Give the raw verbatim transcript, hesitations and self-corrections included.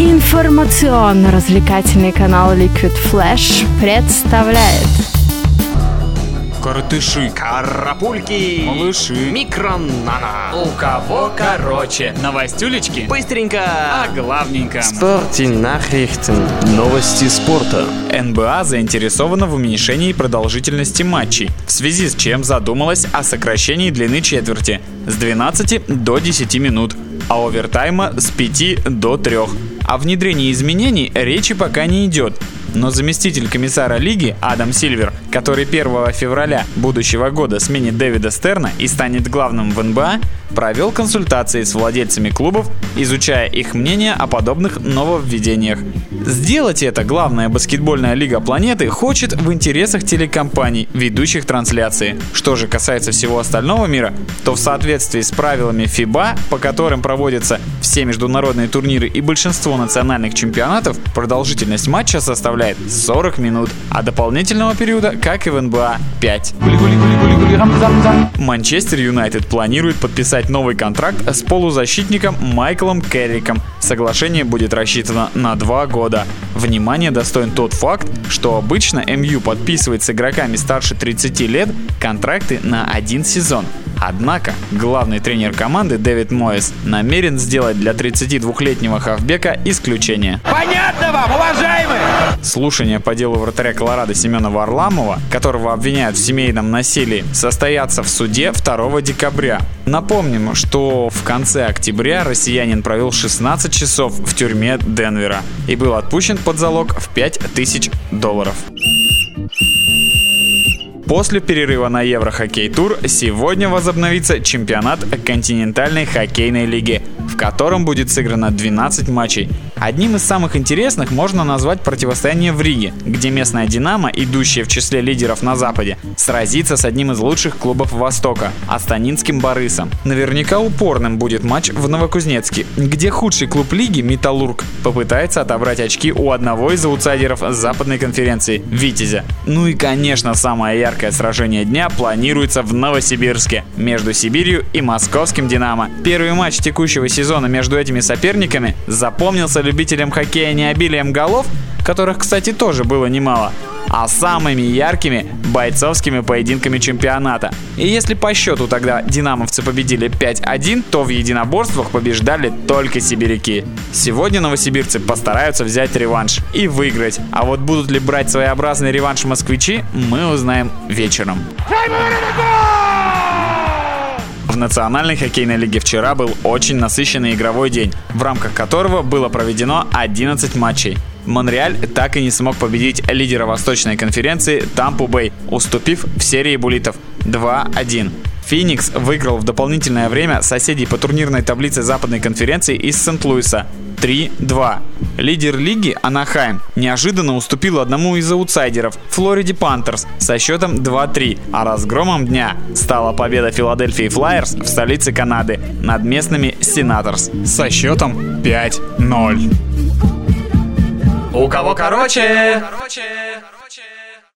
Информационно-развлекательный канал Liquid Flash представляет Коротыши, карапульки, малыши, микронана. У кого короче? Новостюлечки? Быстренько, А главненько. Спорти Nachrichten. Новости спорта. эн бэ а заинтересована в уменьшении продолжительности матчей, в связи с чем задумалась о сокращении длины четверти с двенадцати до десяти минут, а овертайма с пяти до трёх. О внедрении изменений речи пока не идет. Но заместитель комиссара лиги Адам Сильвер, который первого февраля будущего года сменит Дэвида Стерна и станет главным в эн бэ а, провел консультации с владельцами клубов, изучая их мнение о подобных нововведениях. Сделать это главная баскетбольная лига планеты хочет в интересах телекомпаний, ведущих трансляции. Что же касается всего остального мира, то в соответствии с правилами фиба, по которым проводятся все международные турниры и большинство национальных чемпионатов, продолжительность матча составляет сорок минут, а дополнительного периода, как и в эн бэ а, пять. Манчестер Юнайтед планирует подписать новый контракт с полузащитником Майклом Керриком. Соглашение будет рассчитано на два года. Внимание достоин тот факт, что обычно эм ю подписывает с игроками старше тридцати лет контракты на один сезон. Однако главный тренер команды Дэвид Моэс намерен сделать для тридцатидвухлетнего хавбека исключение. Понятно вам, уважаемые! Слушания по делу вратаря Колорадо Семена Варламова, которого обвиняют в семейном насилии, состоятся в суде второго декабря. Напомним, что в конце октября россиянин провел шестнадцать часов в тюрьме Денвера и был отпущен под залог в пять тысяч долларов. После перерыва на Еврохоккей-тур сегодня возобновится чемпионат континентальной хоккейной лиги, в котором будет сыграно двенадцать матчей. Одним из самых интересных можно назвать противостояние в Риге, где местная «Динамо», идущая в числе лидеров на Западе, сразится с одним из лучших клубов Востока – астанинским «Борисом». Наверняка упорным будет матч в Новокузнецке, где худший клуб лиги «Металлург» попытается отобрать очки у одного из аутсайдеров Западной конференции – «Витязя». Ну и, конечно, самое яркое сражение дня планируется в Новосибирске между Сибирью и московским «Динамо». Первый матч текущего сезона между этими соперниками запомнился любителям хоккея не обилием голов, которых, кстати, тоже было немало, а самыми яркими бойцовскими поединками чемпионата. И если по счету тогда динамовцы победили пять один, то в единоборствах побеждали только сибиряки. Сегодня новосибирцы постараются взять реванш и выиграть, а вот будут ли брать своеобразный реванш москвичи, мы узнаем вечером. В Национальной хоккейной лиге вчера был очень насыщенный игровой день, в рамках которого было проведено одиннадцать матчей. Монреаль так и не смог победить лидера Восточной конференции Тампу Бэй, уступив в серии буллитов два один. Феникс выиграл в дополнительное время соседей по турнирной таблице Западной конференции из Сент-Луиса три два. Лидер лиги Анахайм неожиданно уступил одному из аутсайдеров Флориде Пантерс со счетом два три, а разгромом дня стала победа Филадельфии Флайерс в столице Канады над местными Сенаторс со счетом пять ноль. У кого короче? короче?